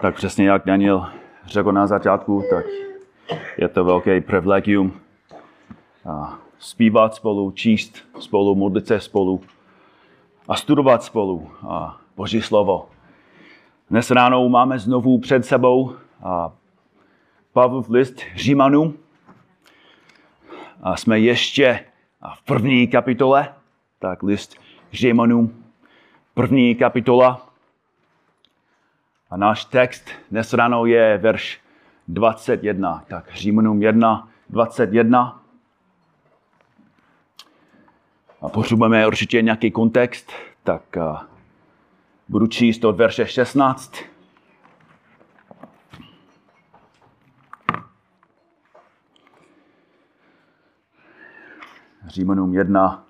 Tak přesně jak Daniel řekl na začátku, tak je to velké privilegium zpívat spolu, číst spolu, modlit se spolu a studovat spolu Boží slovo. Dnes ráno máme znovu před sebou Pavlův list Římanům. A jsme ještě v první kapitole, tak list Římanům, první kapitola. A náš text dnes ráno je verš 21, tak Římanům 1, 21. A potřebujeme určitě nějaký kontext, tak budu číst od verše 16. Římanům 1,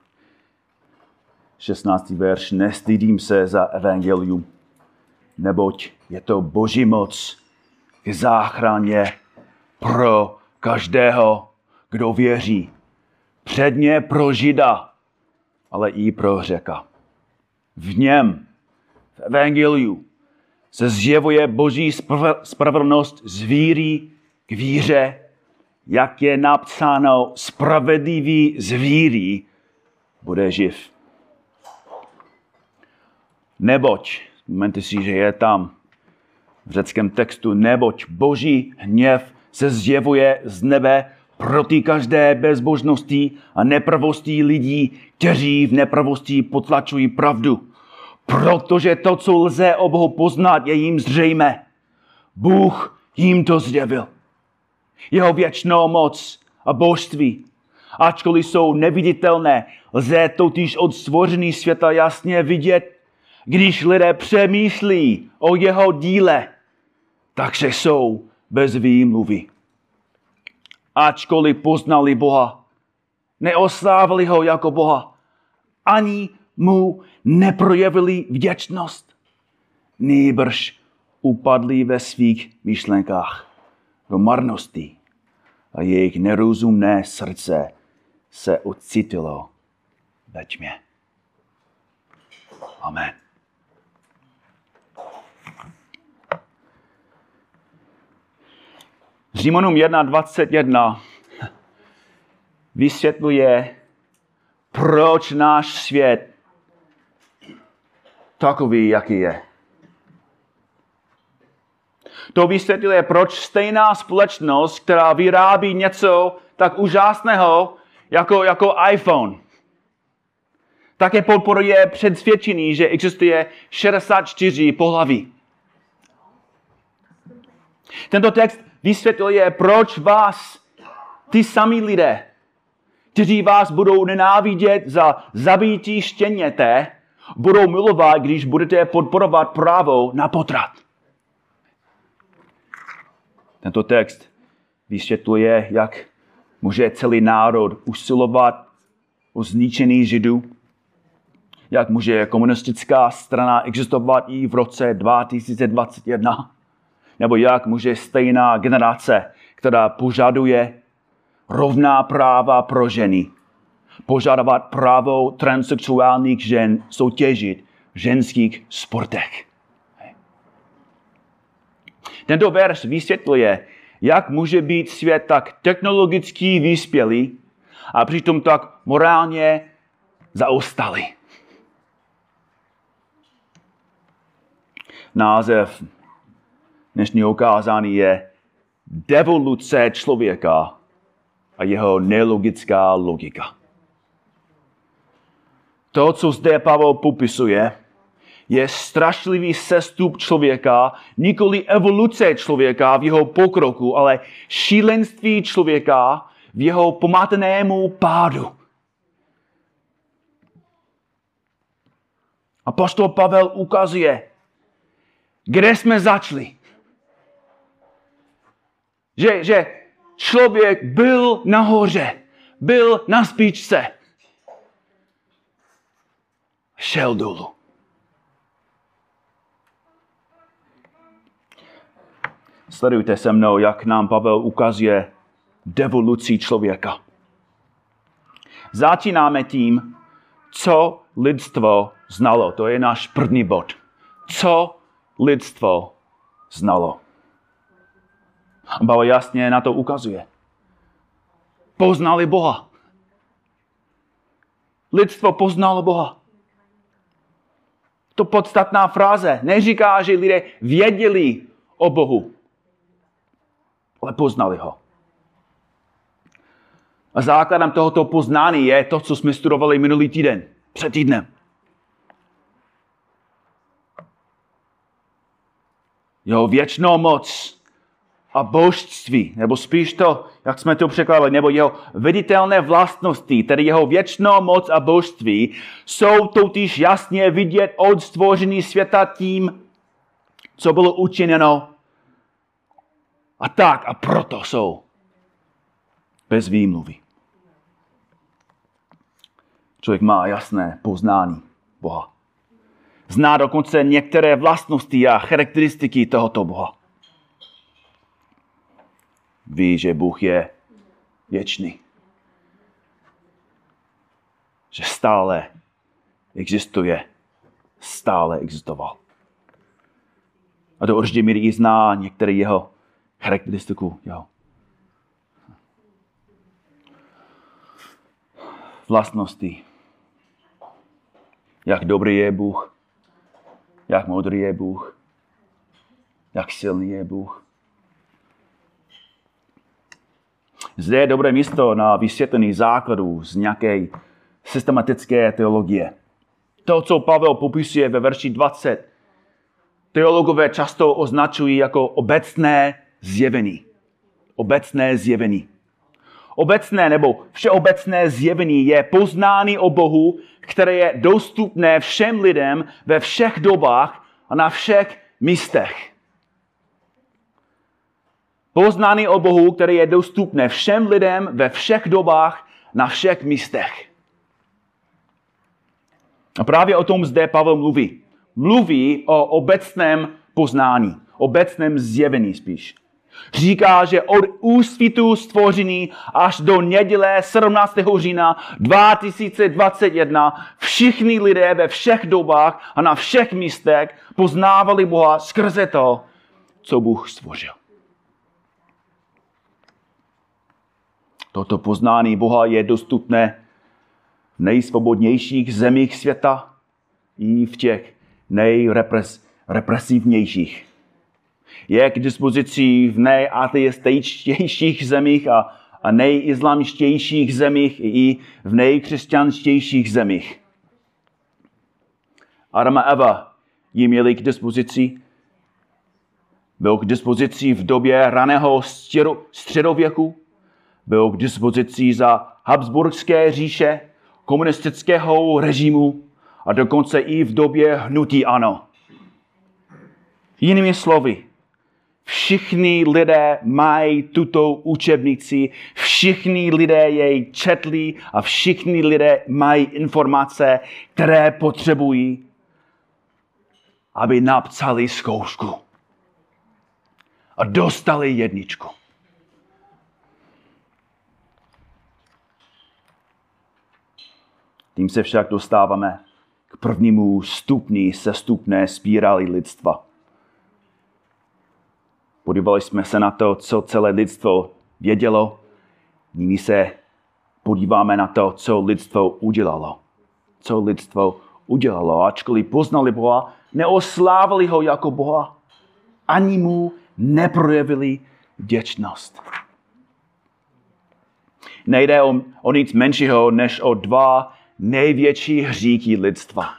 16. verš. Nestydím se za evangelium, neboť je to Boží moc k záchraně pro každého, kdo věří. Předně pro Žida, ale i pro Řeka. V něm, v evangeliu, se zjevuje Boží spravedlnost z víry k víře, jak je napsáno, spravedlivý z víry bude živ. Neboť, vzpomeňte si, že je tam v řeckém textu, neboť Boží hněv se zjevuje z nebe proti každé bezbožnosti a nepravosti lidí, kteří v nepravosti potlačují pravdu. Protože to, co lze o Bohu poznat, je jim zřejmé. Bůh jim to zjevil. Jeho věčnou moc a božství, ačkoliv jsou neviditelné, lze totiž od stvoření světa jasně vidět, když lidé přemýšlí o jeho díle, takže jsou bez výmluvy. Ačkoliv poznali Boha, neoslávili ho jako Boha, ani mu neprojevili vděčnost, nýbrž upadli ve svých myšlenkách do marnosti a jejich nerozumné srdce se ocitilo ve tmě. Amen. Římanům 1.21 vysvětluje, proč náš svět takový, jaký je. To vysvětluje, proč stejná společnost, která vyrábí něco tak úžasného jako iPhone, také podporuje přesvědčení, že existuje 64 pohlaví. Tento text vysvětluje, proč vás ty samí lidé, kteří vás budou nenávidět za zabití štěněte, budou milovat, když budete podporovat právo na potrat. Tento text vysvětluje, jak může celý národ usilovat o zničení Židů, jak může komunistická strana existovat i v roce 2021, nebo jak může stejná generace, která požaduje rovná práva pro ženy, požadovat právo transsexuálních žen soutěžit v ženských sportech. Tento verš vysvětluje, jak může být svět tak technologicky vyspělý a přitom tak morálně zaostalý. Název dnešního kázání je Devoluce člověka a jeho nelogická logika. To, co zde Pavel popisuje, je strašlivý sestup člověka, nikoli evoluce člověka v jeho pokroku, ale šílenství člověka v jeho pomatenému pádu. Apoštol Pavel ukazuje, kde jsme začali. Že člověk byl nahoře, byl na špičce, šel dolů. Sledujte se mnou, jak nám Pavel ukazuje devoluci člověka. Začínáme tím, co lidstvo znalo. To je náš první bod. Co lidstvo znalo. Bible jasně na to ukazuje. Poznali Boha. Lidstvo poznalo Boha. To podstatná fráze. Neříká, že lidé věděli o Bohu, ale poznali ho. A základem tohoto poznání je to, co jsme studovali minulý týden, před týdnem. Jeho věčnou moc a božství, nebo spíš to, jak jsme to překládali, nebo jeho viditelné vlastnosti, tedy jeho věčnou moc a božství, jsou totiž jasně vidět od stvoření světa tím, co bylo učiněno. A proto jsou bez výmluvy. Člověk má jasné poznání Boha. Zná dokonce některé vlastnosti a charakteristiky tohoto Boha. Ví, že Bůh je věčný. Že stále existuje. Stále existoval. A do určité míry i zná některé jeho charakteristiku. Vlastnosti. Jak dobrý je Bůh. Jak moudrý je Bůh. Jak silný je Bůh. Zde je dobré místo na vysvětlení základů z nějaké systematické teologie. To, co Pavel popisuje ve verši 20, teologové často označují jako obecné zjevení. Obecné zjevení. Obecné nebo všeobecné zjevení je poznání o Bohu, které je dostupné všem lidem ve všech dobách a na všech místech. Poznání o Bohu, které je dostupné všem lidem ve všech dobách na všech místech. A právě o tom zde Pavel mluví. Mluví o obecném poznání, obecném zjevení spíš. Říká, že od úsvitu stvoření až do neděle 17. října 2021 všichni lidé ve všech dobách a na všech místech poznávali Boha skrze to, co Bůh stvořil. Toto poznání Boha je dostupné v nejsvobodnějších zemích světa i v těch nejrepresivnějších. Je k dispozici v nejateističtějších zemích a nejislamštějších zemích i v nejkřesťanštějších zemích. Adam a Eva ji měli k dispozici. Byl k dispozici v době raného středověku. Byl k dispozici za Habsburské říše, komunistického režimu a dokonce i v době hnutí ANO. Jinými slovy, všichni lidé mají tuto učebnici, všichni lidé jej četli a všichni lidé mají informace, které potřebují, aby napsali zkoušku a dostali jedničku. Tím se však dostáváme k prvnímu stupni sestupné spirály lidstva. Podívali jsme se na to, co celé lidstvo vědělo. Nyní se podíváme na to, co lidstvo udělalo. Co lidstvo udělalo. Ačkoliv poznali Boha, neoslávili ho jako Boha, ani mu neprojevili vděčnost. Nejde o nic menšího, než o dva největší hříchy lidstva.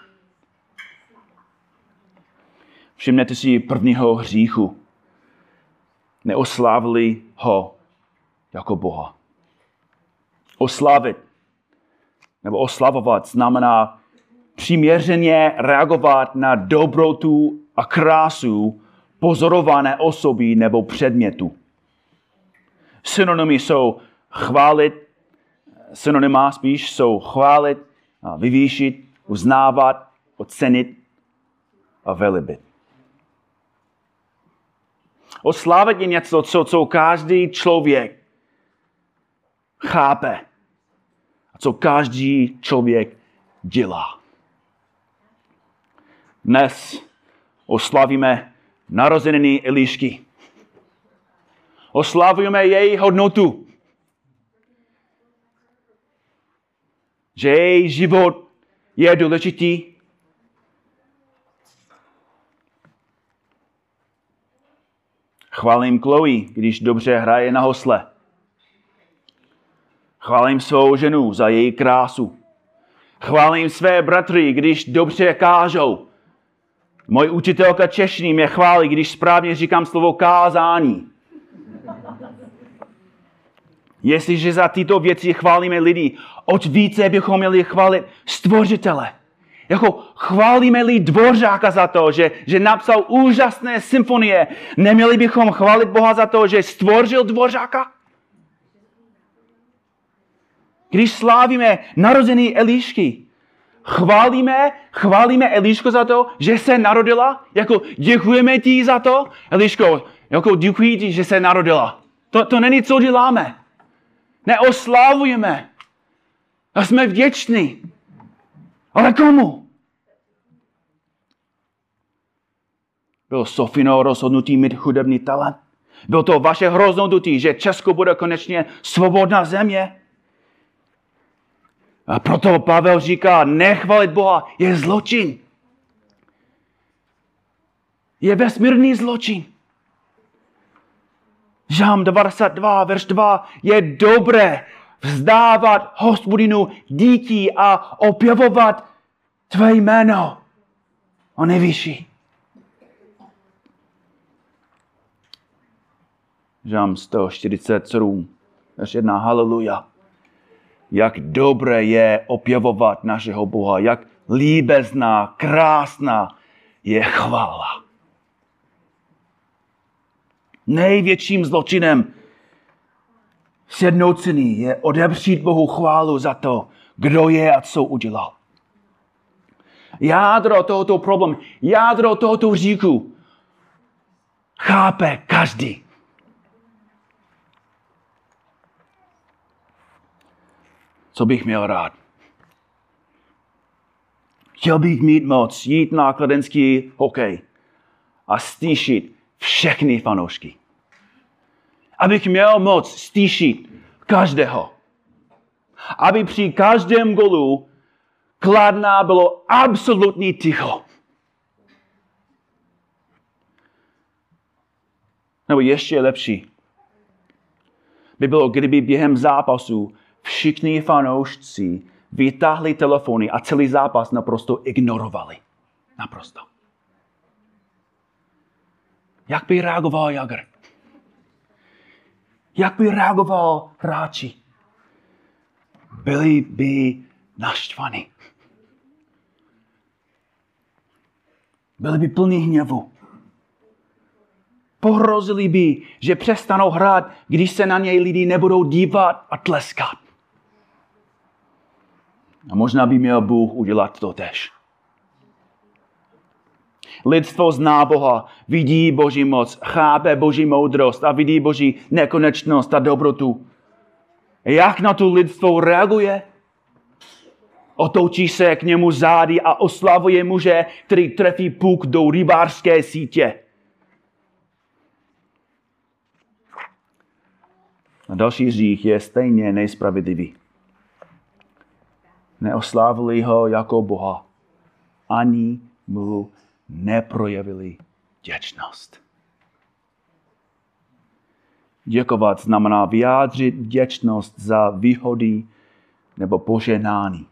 Všimněte si prvního hříchu. Neoslávili ho jako Boha. Oslavit nebo oslavovat znamená přiměřeně reagovat na dobrotu a krásu pozorované osoby nebo předmětu. Synonymy jsou chválit, synonyma spíš jsou chválit, vyvýšit, uznávat, ocenit a velebit. Oslavit je něco, co každý člověk chápe a co každý člověk dělá. Dnes oslavíme narozeniny Elišky. Oslavujeme její hodnotu. Že její život je důležitý. Chválím Chloe, když dobře hraje na hosle. Chválím svou ženu za její krásu. Chválím své bratry, když dobře kážou. Moje učitelka češtiny mě chválí, když správně říkám slovo kázání. Jestliže za tyto věci chválíme lidi, oč více bychom měli chválit Stvořitele. Jako chválíme-li Dvořáka za to, že napsal úžasné symfonie, neměli bychom chválit Boha za to, že stvořil Dvořáka? Když slávíme narození Elišky, chválíme Elišku za to, že se narodila? Jako děkujeme ti za to? Eliško, jako děkuji ti, že se narodila. To není, co děláme. Neoslavujeme. A jsme vděční. Ale komu? Bylo Sofino rozhodnutí mít hudební talent? Bylo to vaše rozhodnutí, že Česko bude konečně svobodná země? A proto Pavel říká, nechvalit Boha je zločin. Je vesmírný zločin. Žalm 92, verš 2, je dobré vzdávat Hospodinu díky a opěvovat tvé jméno. On je vyšší. Žalm 147, verš 1, haleluja. Jak dobré je opěvovat našeho Boha, jak líbezná, krásná je chvála. Největším zločinem sjednocení je odepřít Bohu chválu za to, kdo je a co udělal. Jádro tohoto problému, jádro tohoto říku chápe každý. Co bych měl rád? Chtěl bych mít moc jít na kladenský hokej a stíšit všechny fanoušky. Abych měl moc stíšit každého. Aby při každém golu Kladna bylo absolutní ticho. Nebo ještě lepší by bylo, kdyby během zápasu všichni fanoušci vytáhli telefony a celý zápas naprosto ignorovali. Naprosto. Jak by reagoval Jagr? Jak by reagoval hráči? Byli by naštvaní. Byli by plní hněvu. Pohrozili by, že přestanou hrát, když se na něj lidi nebudou dívat a tleskat. A možná by měl Bůh udělat to též. Lidstvo zná Boha, vidí Boží moc, chápe Boží moudrost a vidí Boží nekonečnost a dobrotu. Jak na to lidstvo reaguje? Otočí se k němu zády a oslavuje muže, který trefí puk do rybářské sítě. A další hřích je stejně nespravedlivý. Neoslávili ho jako Boha, ani mu neprojevili vděčnost. Děkovat znamená vyjádřit vděčnost za výhody nebo požehnání.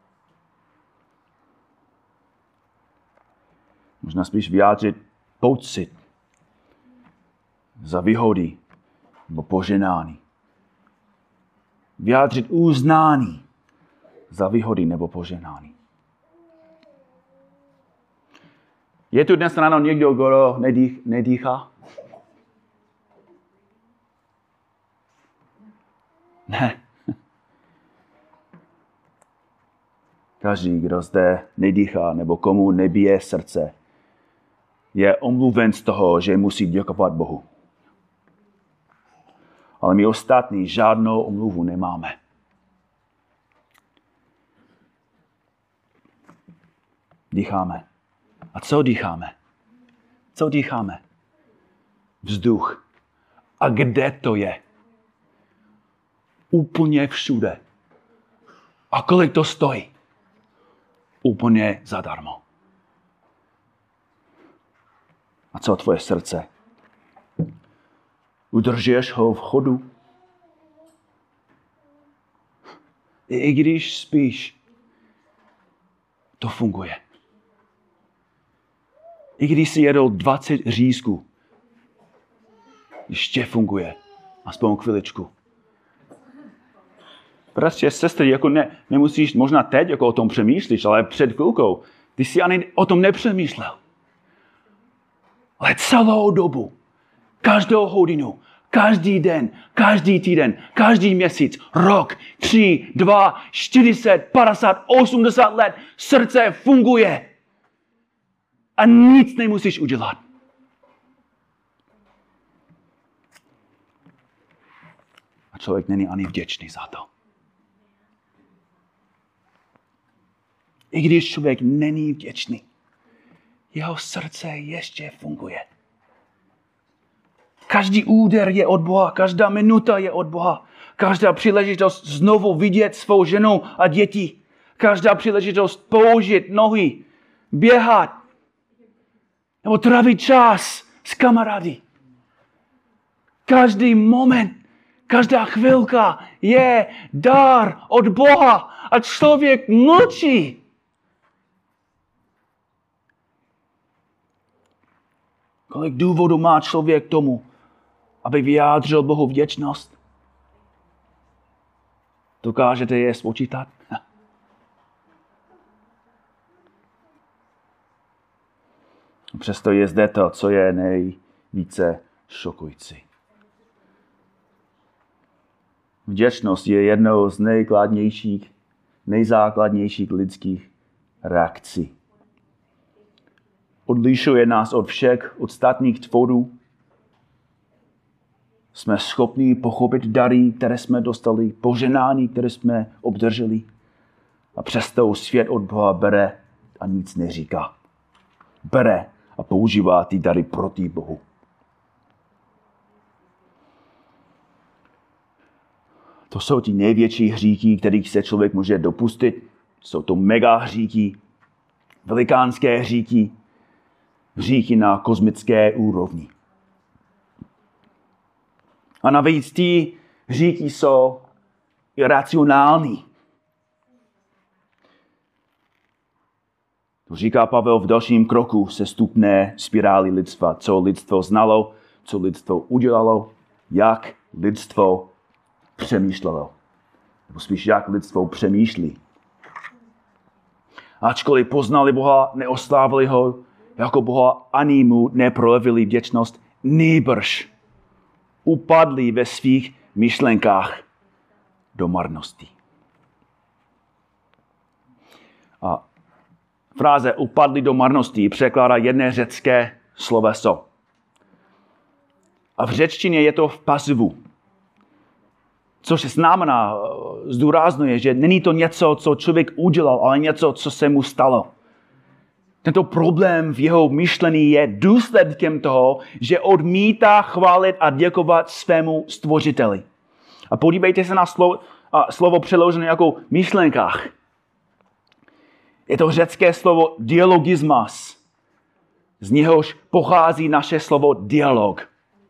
Možná spíš vyjádřit pocit za výhody nebo požehnání. Vyjádřit uznání za výhody nebo požehnání. Je tu dnes ráno někdo, kdo nedýchá? Ne. Každý, kdo zde nedýchá nebo komu nebije srdce, je omluven z toho, že musí děkovat Bohu. Ale my ostatní žádnou omluvu nemáme. Dýcháme. A co dýcháme? Co dýcháme? Vzduch. A kde to je? Úplně všude. A kolik to stojí? Úplně zadarmo. A co tvoje srdce? Udržuješ ho v chodu? I když spíš, to funguje. I když si jedou 20 řízků, ještě funguje. Aspoň chviličku. Bratři a sestry, jako nemusíš možná teď jako o tom přemýšlíš, ale před chvilkou ty jsi ani o tom nepřemýšlel. Ale celou dobu, každou hodinu, každý den, každý týden, každý měsíc, rok, 3, 2, 40, 50, 80 let, srdce funguje. A nic nemusíš udělat. A člověk není ani vděčný za to. I když člověk není vděčný, jeho srdce ještě funguje. Každý úder je od Boha, každá minuta je od Boha. Každá příležitost znovu vidět svou ženu a děti. Každá příležitost použít nohy, běhat, nebo trávit čas s kamarády. Každý moment, každá chvilka je dar od Boha a člověk mlčí. Kolik důvodů má člověk tomu, aby vyjádřil Bohu vděčnost? Dokážete je spočítat? Přesto je zde to, co je nejvíce šokující. Vděčnost je jednou z nejzákladnějších lidských reakcí. Odlišuje nás od všech ostatních tvorů. Jsme schopni pochopit dary, které jsme dostali, poženání, které jsme obdrželi. A přesto svět od Boha bere a nic neříká. Bere a používá ty dary proti Bohu. To jsou ty největší hříchy, kterých se člověk může dopustit. Jsou to mega hříchy, velikánské hříchy, hříchy na kosmické úrovni. A navíc ty hříchy jsou iracionální. To říká Pavel v dalším kroku sestupné spirály lidstva. Co lidstvo znalo, co lidstvo udělalo, jak lidstvo přemýšlelo. Nebo spíš jak lidstvo přemýšlí. Ačkoliv poznali Boha, neoslávili ho jako Boha, ani mu neprojevili vděčnost, nýbrž upadli ve svých myšlenkách do marnosti. A fráze upadli do marnosti překládá jedné řecké sloveso. A v řečtině je to v pasivu. Což znamená, zdůrazňuje, že není to něco, co člověk udělal, ale něco, co se mu stalo. Tento problém v jeho myšlení je důsledkem toho, že odmítá chválit a děkovat svému stvořiteli. A podívejte se na slovo přeložené jako myšlenkách. Je to řecké slovo dialogismas. Z něhož pochází naše slovo dialog.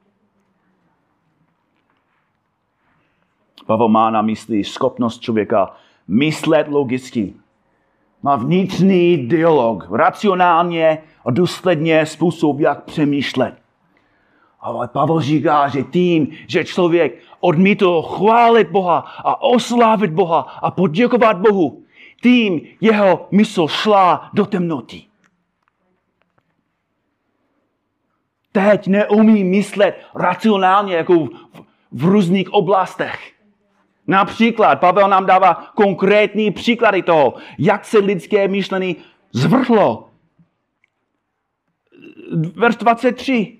Pavel má na mysli schopnost člověka myslet logicky. Má vnitřní dialog, racionálně a důsledně způsob, jak přemýšlet. Ale Pavel říká, že tím, že člověk odmítl chválit Boha a oslávit Boha a poděkovat Bohu, tím jeho mysl šla do temnoty. Teď neumí myslet racionálně jako v různých oblastech. Například Pavel nám dává konkrétní příklady toho, jak se lidské myšlení zvrhlo. Verš 23.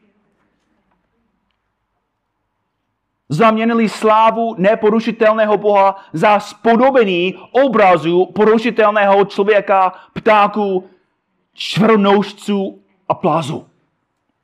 Zaměnili slávu neporušitelného Boha za spodobení obrazu porušitelného člověka, ptáků, čtvrnoužců a plázu.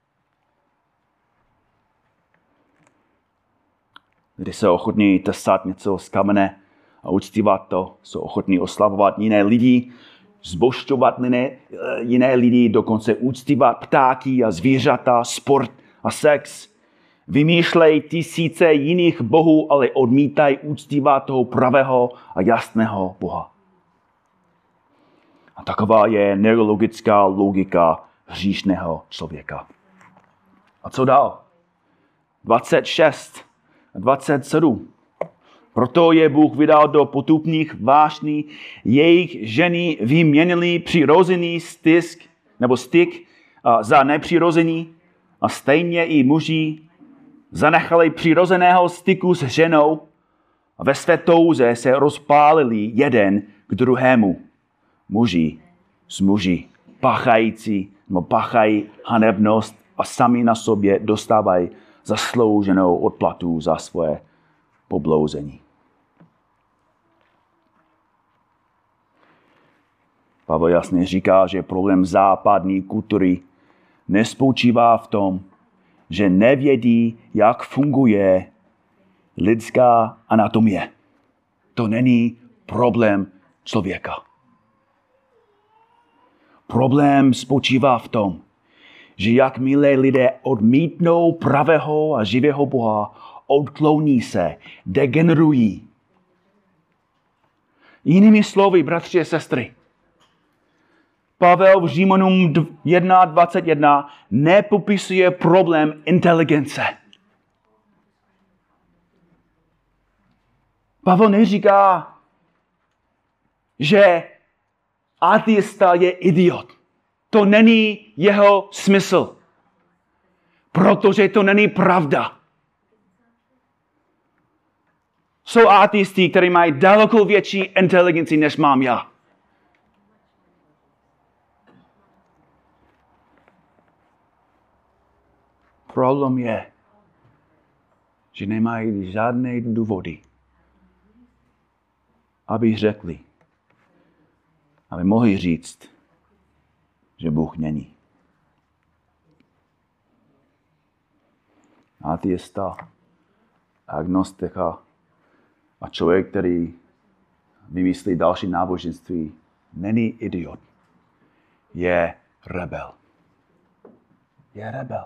kdy jsou ochotní tesat něco z kamene a uctívat to, jsou ochotní oslavovat jiné lidi, zbožťovat jiné lidi, dokonce uctívat ptáky a zvířata, sport a sex. Vymýšlej tisíce jiných bohů, ale odmítaj uctívat toho pravého a jasného Boha. A taková je neurologická logika hříšného člověka. A co dál? 26 a 27. Proto je Bůh vydal do potupných vášní, jejich ženy vyměnili přirozený styk za nepřirozený a stejně i muži zanechali přirozeného styku s ženou a ve své touze se rozpálili jeden k druhému. Muži s muži páchají hanebnost a sami na sobě dostávají zaslouženou odplatu za svoje poblouzení. Pavel jasně říká, že problém západní kultury nespočívá v tom, že nevědí, jak funguje lidská anatomie. To není problém člověka. Problém spočívá v tom, že jakmile lidé odmítnou pravého a živého Boha, odkloní se, degenerují. Jinými slovy, bratři a sestry, Pavel v Římanům 1.21 nepopisuje problém inteligence. Pavel neříká, že ateista je idiot. To není jeho smysl. Protože to není pravda. Jsou ateisti, kteří mají daleko větší inteligenci, než mám já. Problém je, že nemají žádné důvody, aby řekli, aby mohli říct, že Bůh není. Ateista, agnostika a člověk, který vymyslí další náboženství, není idiot. Je rebel. Je rebel.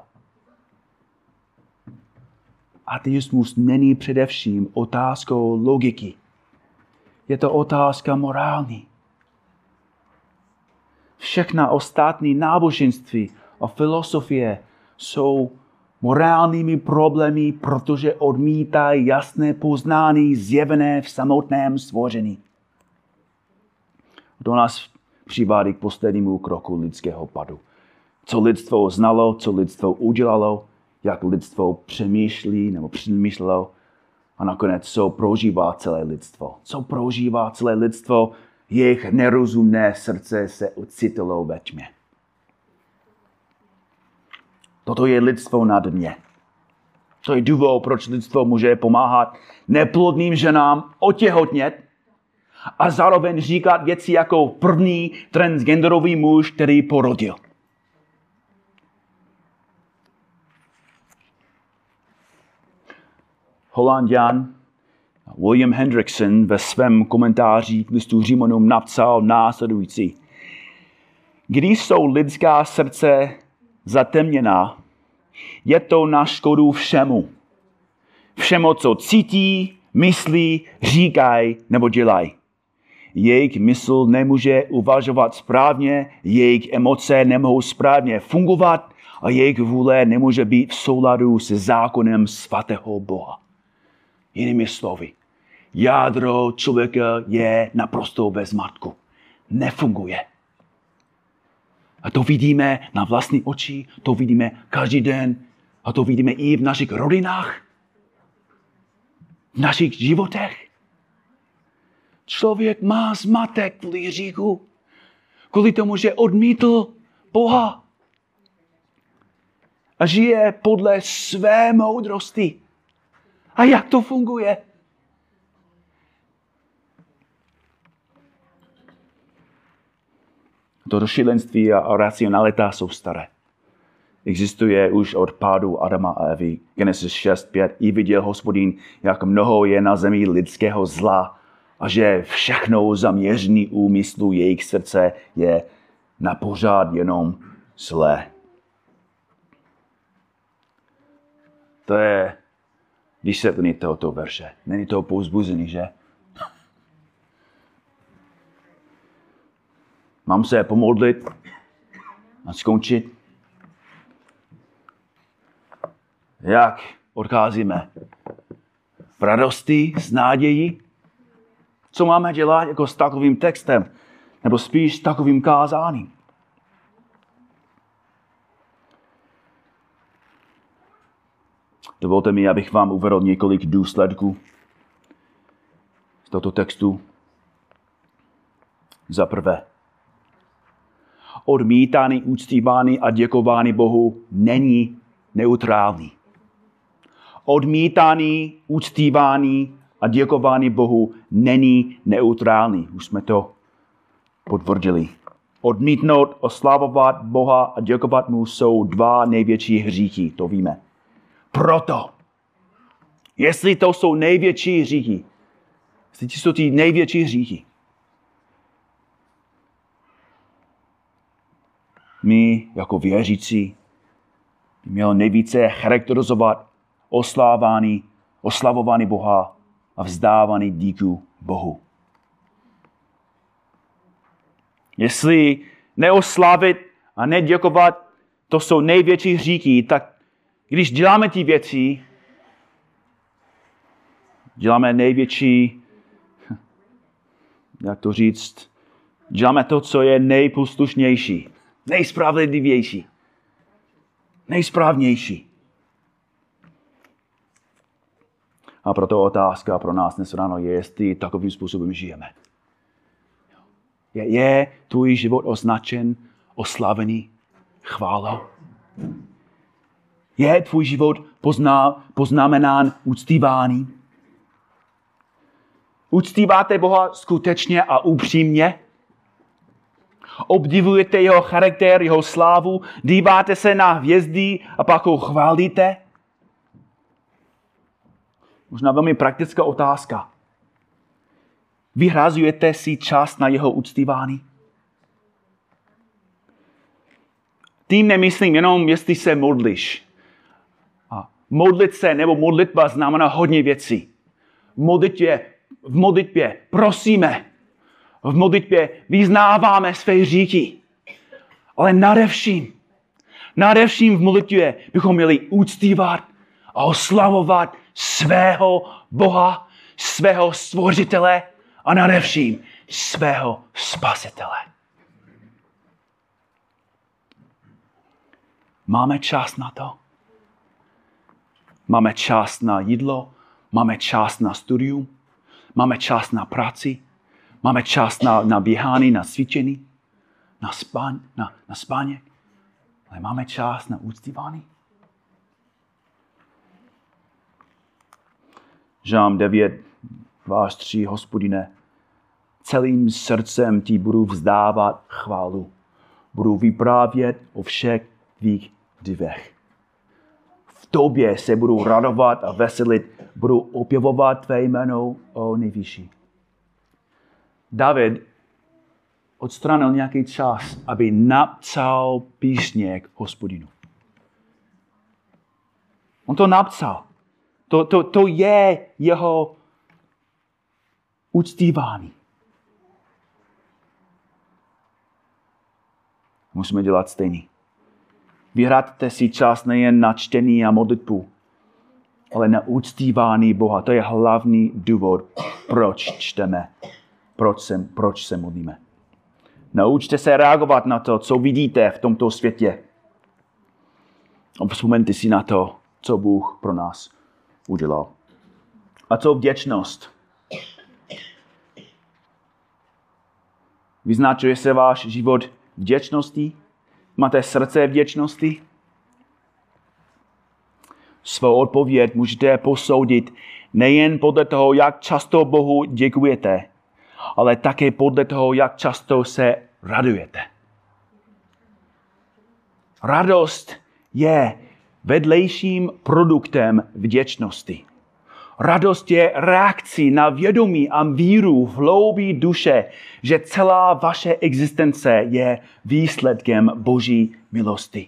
Ateismus není především otázkou logiky. Je to otázka morální. Všechna ostatní náboženství a filosofie jsou morálními problémy, protože odmítají jasné poznání zjevené v samotném stvoření. To nás přivádí k poslednímu kroku lidského padu. Co lidstvo znalo, co lidstvo udělalo, jak lidstvo přemýšlelo a nakonec co prožívá celé lidstvo. Co prožívá celé lidstvo, jejich nerozumné srdce se ocitlo ve tmě. Toto je lidstvo na dně. To je důvod, proč lidstvo může pomáhat neplodným ženám otěhotnět a zároveň říkat věci jako první transgenderový muž, který porodil. Holanďan William Hendrickson ve svém komentáři k listu Římanům napsal následující. Když jsou lidská srdce zatemněná, je to na škodu všemu. Všemu, co cítí, myslí, říkají nebo dělají. Jejich mysl nemůže uvažovat správně, jejich emoce nemohou správně fungovat a jejich vůle nemůže být v souladu se zákonem svatého Boha. Jinými slovy, jádro člověka je naprosto ve zmatku. Nefunguje. A to vidíme na vlastní oči, to vidíme každý den a to vidíme i v našich rodinách, v našich životech. Člověk má zmatek kvůli hříchu, kvůli tomu, že odmítl Boha a žije podle své moudrosti. A jak to funguje? Toto šílenství a racionalita jsou staré. existuje už od pádu Adama a Evy. Genesis 6:5. I viděl Hospodin, jak mnoho je na zemi lidského zla a že všechno zaměření úmyslu jejich srdce je na pořád jenom zlé. To je vysvětlení tohoto verše. Není to povzbuzený, že? Mám se pomodlit a skončit? Jak odcházíme? V radosti, s nadějí? Co máme dělat jako s takovým textem? Nebo spíš s takovým kázáním? Dovolte mi, abych vám uvedl několik důsledků z tohoto textu. Za prvé, odmítání, uctívání a děkování Bohu není neutrální. Odmítání, uctívání a děkování Bohu není neutrální. Už jsme to potvrdili. Odmítnout, oslavovat Boha a děkovat mu jsou dva největší hříchy, to víme. Proto, jestli to jsou největší hříchy, jestli to jsou ty největší hříchy, my jako věřící by měli nejvíce charakterizovat oslavování Boha a vzdávání díku Bohu. Jestli neoslavit a neděkovat, to jsou největší hříchy, tak když děláme ty věci, děláme největší, jak to říct, děláme to, co je nejposlušnější, nejspravedlivější, nejsprávnější. A proto otázka pro nás dnes ráno je, jestli takovým způsobem žijeme. Je tvůj život označen, oslavený chválou? Je tvůj život poznamenán uctíváním? Uctíváte Boha skutečně a upřímně? Obdivujete jeho charakter, jeho slávu? Díváte se na hvězdy a pak ho chválíte? Možná velmi praktická otázka. Vyhrazujete si čas na jeho uctívání? Tím nemyslím jenom, jestli se modlíš. A modlit se nebo modlitba znamená hodně věcí. V modlitbě prosíme. V modlitbě vyznáváme své hříchy. Ale nadevším v modlitbě bychom měli uctívat a oslavovat svého Boha, svého stvořitele a nadevším svého spasitele. Máme čas na to? Máme čas na jídlo? Máme čas na studium? Máme čas na práci? Máme čas na běhání, na cvičení? Na spánek? Ale máme čas na uctívání? Žalm 9, váš 3, Hospodine, celým srdcem ti budu vzdávat chválu. Budu vyprávět o všech tvých divech. V tobě se budu radovat a veselit, budu opěvovat tvé jméno, o nejvyšší. David odstranil nějaký čas, aby napsal písně k Hospodinu. On to napsal. To je jeho uctívání. Musíme dělat stejný. Vyhraďte si čas nejen na čtení a modlitbu, ale na uctívání Boha. To je hlavní důvod, proč čteme, proč se modlíme. Naučte se reagovat na to, co vidíte v tomto světě. A vzpomeňte si na to, co Bůh pro nás udělal. A co vděčnost? Vyznačuje se váš život vděčností? Máte srdce vděčnosti? Svou odpověď můžete posoudit nejen podle toho, jak často Bohu děkujete, ale také podle toho, jak často se radujete. Radost je vedlejším produktem vděčnosti. Radost je reakcí na vědomí a víru v hloubí duše, že celá vaše existence je výsledkem Boží milosti.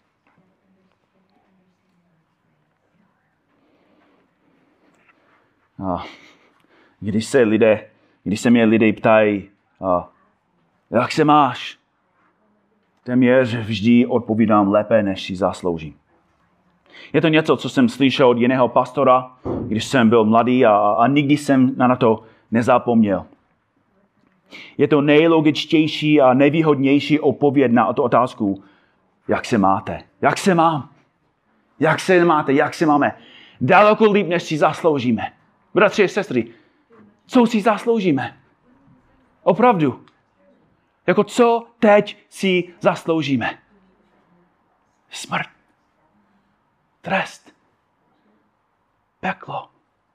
Když se mě lidé ptají, jak se máš, téměř vždy odpovídám lépe, než si zasloužím. Je to něco, co jsem slyšel od jiného pastora, když jsem byl mladý a nikdy jsem na to nezapomněl. Je to nejlogičtější a nejvýhodnější odpověď na tu otázku, jak se máte, jak se mám, jak se máte, jak se máme. Daleko líp, než si zasloužíme. Bratři a sestry, co si zasloužíme? Opravdu. Jako co teď si zasloužíme? Smrt. Trest. Peklo.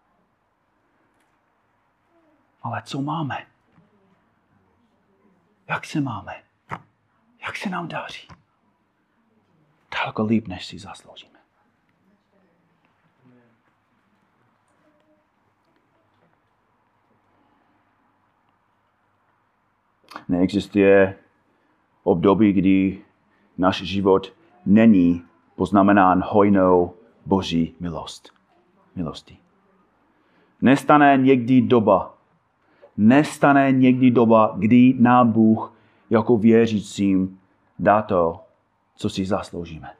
Ale co máme? Jak se máme? Jak se nám daří? Daleko líp, než si zasloužíme. Neexistuje období, kdy náš život není poznamenán hojnou Boží milostí. Nestane někdy doba, kdy nám Bůh jako věřícím dá to, co si zasloužíme.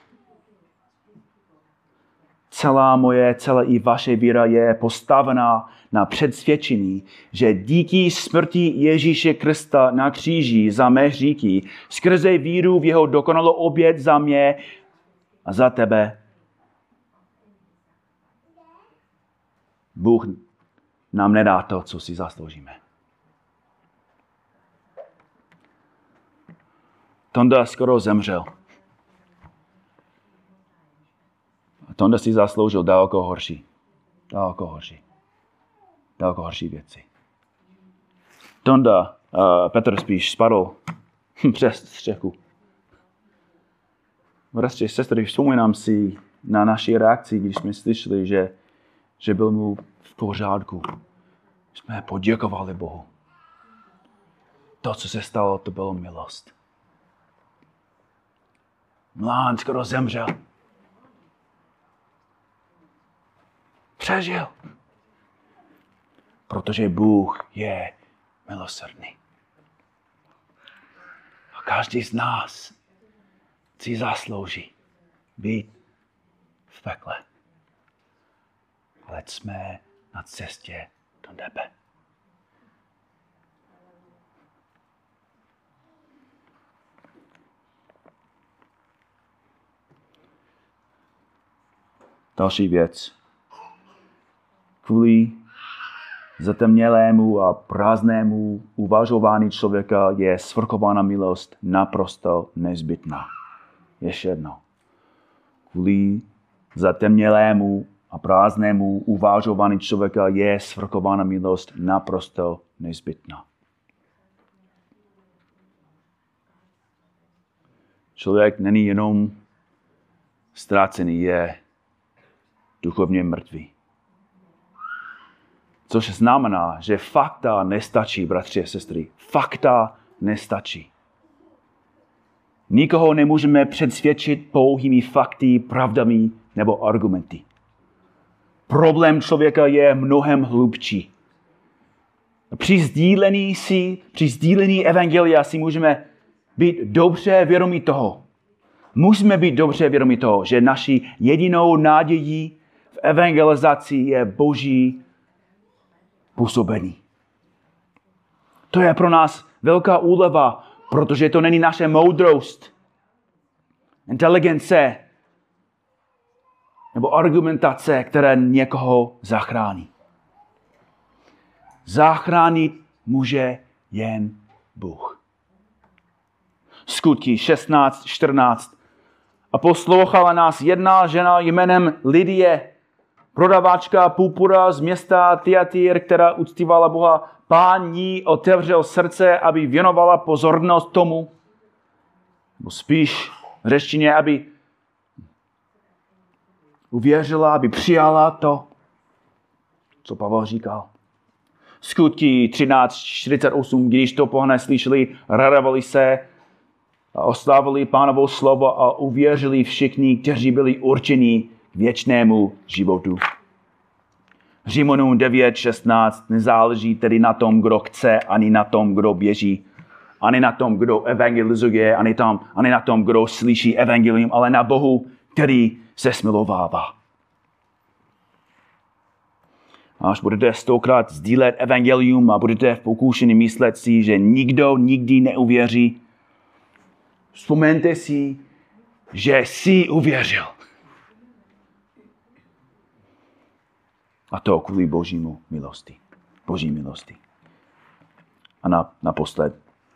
Celá i vaše víra je postavená na přesvědčení, že díky smrti Ježíše Krista na kříži za mé hříchy, skrze víru v jeho dokonalou oběť za mě a za tebe, Bůh nám nedá to, co si zasloužíme. Tonda skoro zemřel. Tonda si zasloužil daleko horší věci. Tonda, Petr spíš spadl přes střechu. Bratři, sestry, vzpomínám si na naši reakci, když jsme slyšeli, že byl mu v pořádku. Jsme poděkovali Bohu. To, co se stalo, to bylo milost. Mlán skoro zemřel. Přežil. Protože Bůh je milosrdný. A každý z nás si zaslouží být v pekle. Ale jsme na cestě do nebe. Další věc. Kvůli zatemnělému a prázdnému uvažování člověka je svrchovaná milost naprosto nezbytná. Ještě jednou. Kvůli zatemnělému a prázdnému uvažování člověka je svrchovaná milost naprosto nezbytná. Člověk není jenom ztracený, je duchovně mrtvý. Což znamená, že fakta nestačí, bratři a sestry. Fakta nestačí. Nikoho nemůžeme přesvědčit pouhými fakty, pravdami nebo argumenty. Problém člověka je mnohem hlubší. Při sdílení evangelia si můžeme být dobře vědomí toho. Musíme být dobře vědomí toho, že naší jedinou nadějí v evangelizaci je Boží působení. To je pro nás velká úleva, protože to není naše moudrost, inteligence nebo argumentace, které někoho zachrání. Zachránit může jen Bůh. Skutky 16:14. A poslouchala nás jedna žena jménem Lidie, prodavačka purpura z města Tyatýr, která uctívala Boha. Pán jí otevřel srdce, aby věnovala pozornost tomu, nebo spíš v řečtině, aby uvěřila, aby přijala to, co Pavel říkal. Skutky 13:48, když to pohané slyšeli, radovali se a oslávili Pánovo slovo a uvěřili všichni, kteří byli určeni k věčnému životu. Římanům 9:16 nezáleží tedy na tom, kdo chce, ani na tom, kdo běží, ani na tom, kdo evangelizuje, ani na tom, kdo slyší evangelium, ale na Bohu, který se smilovává. Až budete 100krát sdílet evangelium a budete pokušeni myslet si, že nikdo nikdy neuvěří, vzpomeňte si, že jsi uvěřil. A to kvůli Boží milosti. A naposled.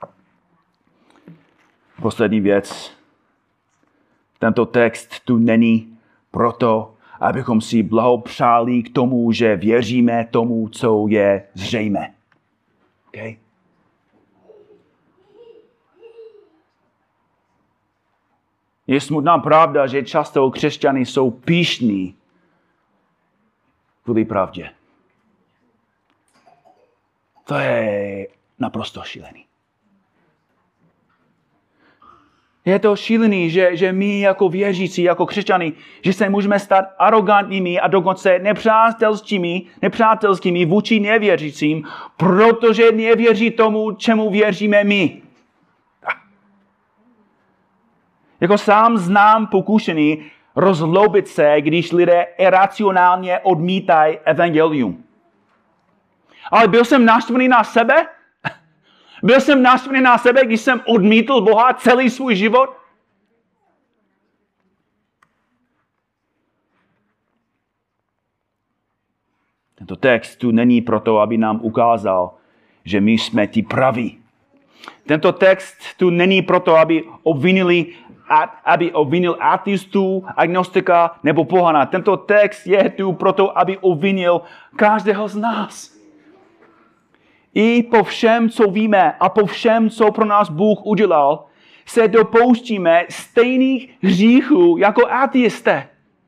Poslední věc. Tento text tu není proto, abychom si blahopřáli k tomu, že věříme tomu, co je zřejmé. Okay? Je smutná pravda, že často křesťané jsou pyšní kvůli pravdě. To je naprosto šílený. Je to šílený, že my jako věřící, jako křesťané, že se můžeme stát arrogantními a dokonce nepřátelskými vůči nevěřícím, protože nevěří tomu, čemu věříme my. Jako sám znám pokušení rozloubit se, když lidé iracionálně odmítají evangelium. Ale byl jsem naštvaný na sebe? Byl jsem naštvaný na sebe, když jsem odmítl Boha celý svůj život? Tento text tu není proto, aby nám ukázal, že my jsme ti praví. Tento text tu není proto, aby obvinil ateistu, agnostika nebo pohana. Tento text je tu proto, aby obvinil každého z nás. I po všem, co víme a po všem, co pro nás Bůh udělal, se dopouštíme stejných hříchů jako ateisté.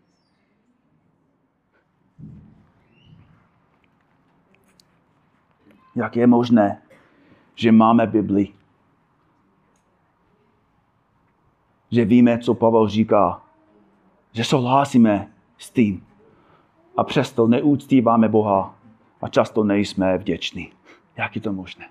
Jak je možné, že máme Bibli? Že víme, co Pavel říká. Že souhlasíme s tím. A přesto neúctíváme Boha a často nejsme vděční. Jak je to možné?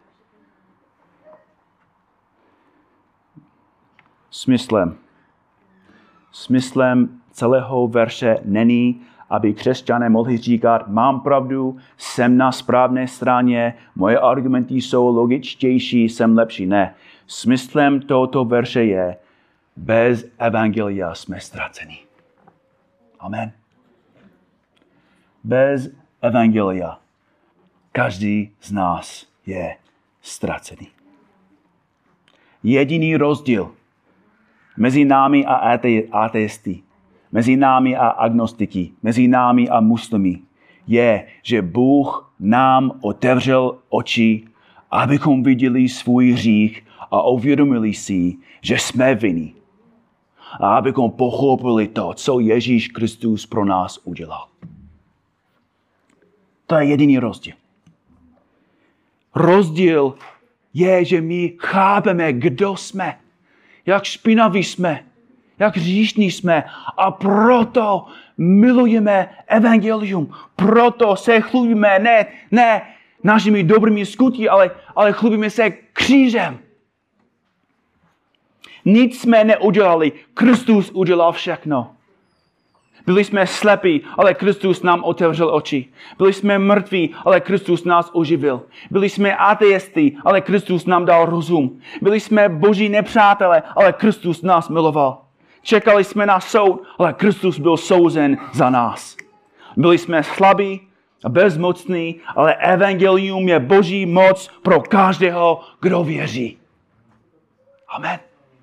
Smyslem celého verše není, aby křesťané mohli říkat, mám pravdu, jsem na správné straně, moje argumenty jsou logičtější, jsem lepší. Ne. Smyslem tohoto verše je, bez evangelia jsme ztraceni. Amen. Bez evangelia každý z nás je ztracený. Jediný rozdíl mezi námi a ateisty, mezi námi a agnostiky, mezi námi a muslimy je, že Bůh nám otevřel oči, abychom viděli svůj hřích a uvědomili si, že jsme vinní. A abychom pochopili to, co Ježíš Kristus pro nás udělal. To je jediný rozdíl. Rozdíl je, že my chápeme, kdo jsme, jak špinaví jsme, jak hříšní jsme a proto milujeme evangelium. Proto se chlubíme ne našimi dobrými skutky, ale chlubíme se křížem. Nic jsme neudělali, Kristus udělal všechno. Byli jsme slepí, ale Kristus nám otevřel oči. Byli jsme mrtví, ale Kristus nás oživil. Byli jsme ateisty, ale Kristus nám dal rozum. Byli jsme boží nepřátelé, ale Kristus nás miloval. Čekali jsme na soud, ale Kristus byl souzen za nás. Byli jsme slabí a bezmocní, ale evangelium je boží moc pro každého, kdo věří. Amen.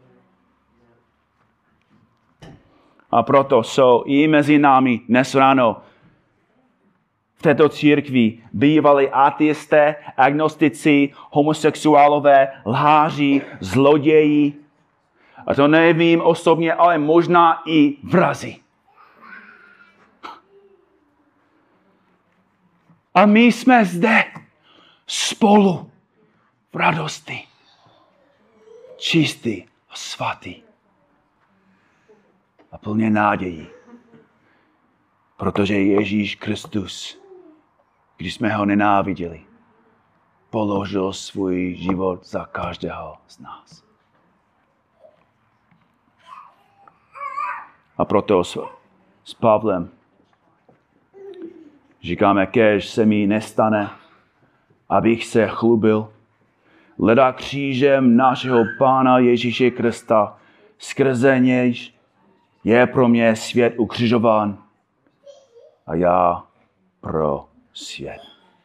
A proto jsou i mezi námi dnes ráno v této církvi bývalí ateisté, agnostici, homosexuálové, lháři, zloději. A to nevím osobně, ale možná i vrazi. A my jsme zde spolu v radosti. Čistý a svatý. A plně nadějí. Protože Ježíš Kristus, když jsme ho nenáviděli, položil svůj život za každého z nás. A proto s Pavlem říkáme, kež se mi nestane, abych se chlubil, leda křížem našeho Pána Ježíše Krista, skrze nějž je pro mě svět ukřižován a já pro svět.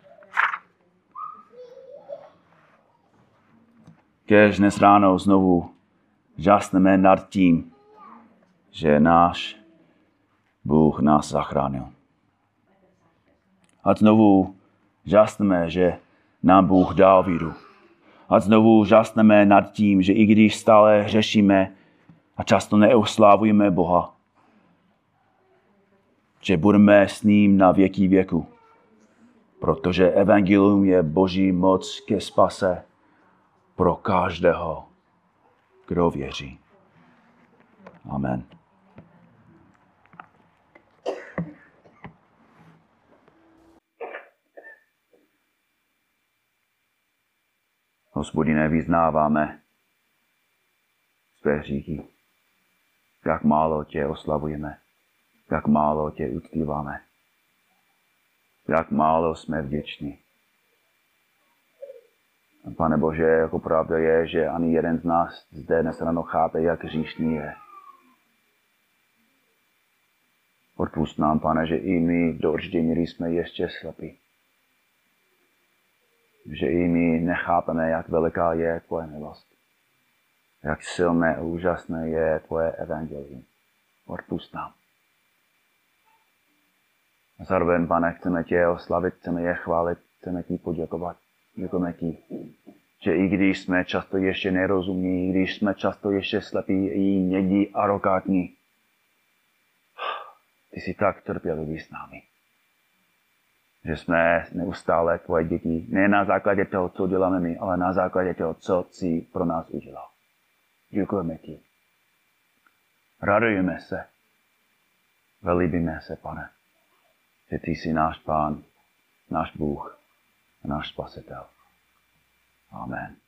Kež dnes ráno znovu žasneme nad tím, že náš Bůh nás zachránil. A znovu žasneme, že nám Bůh dal víru. A znovu žasneme nad tím, že i když stále hřešíme a často neoslávujeme Boha, že budeme s ním na věky věku. Protože evangelium je Boží moc ke spase pro každého, kdo věří. Amen. Hospodine, vyznáváme své hříchy. Jak málo tě oslavujeme, jak málo tě uctíváme, jak málo jsme vděční. Pane Bože, jako pravda je, že ani jeden z nás zde dnes ráno chápe, jak hříšný je. Odpusť nám, Pane, že i my do určité míry jsme ještě slepí. Že i my nechápeme, jak veliká je tvoje milost. Jak silné a úžasné je tvoje evangelium. Odpusť nám. A zároveň, Pane, chceme tě oslavit, chceme je chválit, chceme ti poděkovat. Děkujeme ti, že i když jsme často ještě nerozumní, i když jsme často ještě slepí, i někdy arogantní, ty jsi tak trpělivý s námi. Že jsme neustále tvoje děti, ne na základě toho, co děláme my, ale na základě toho, co jsi pro nás udělal. Děkujeme ti. Radujeme se. Velíbíme se, Pane, že ty jsi náš Pán, náš Bůh a náš Spasitel. Amen.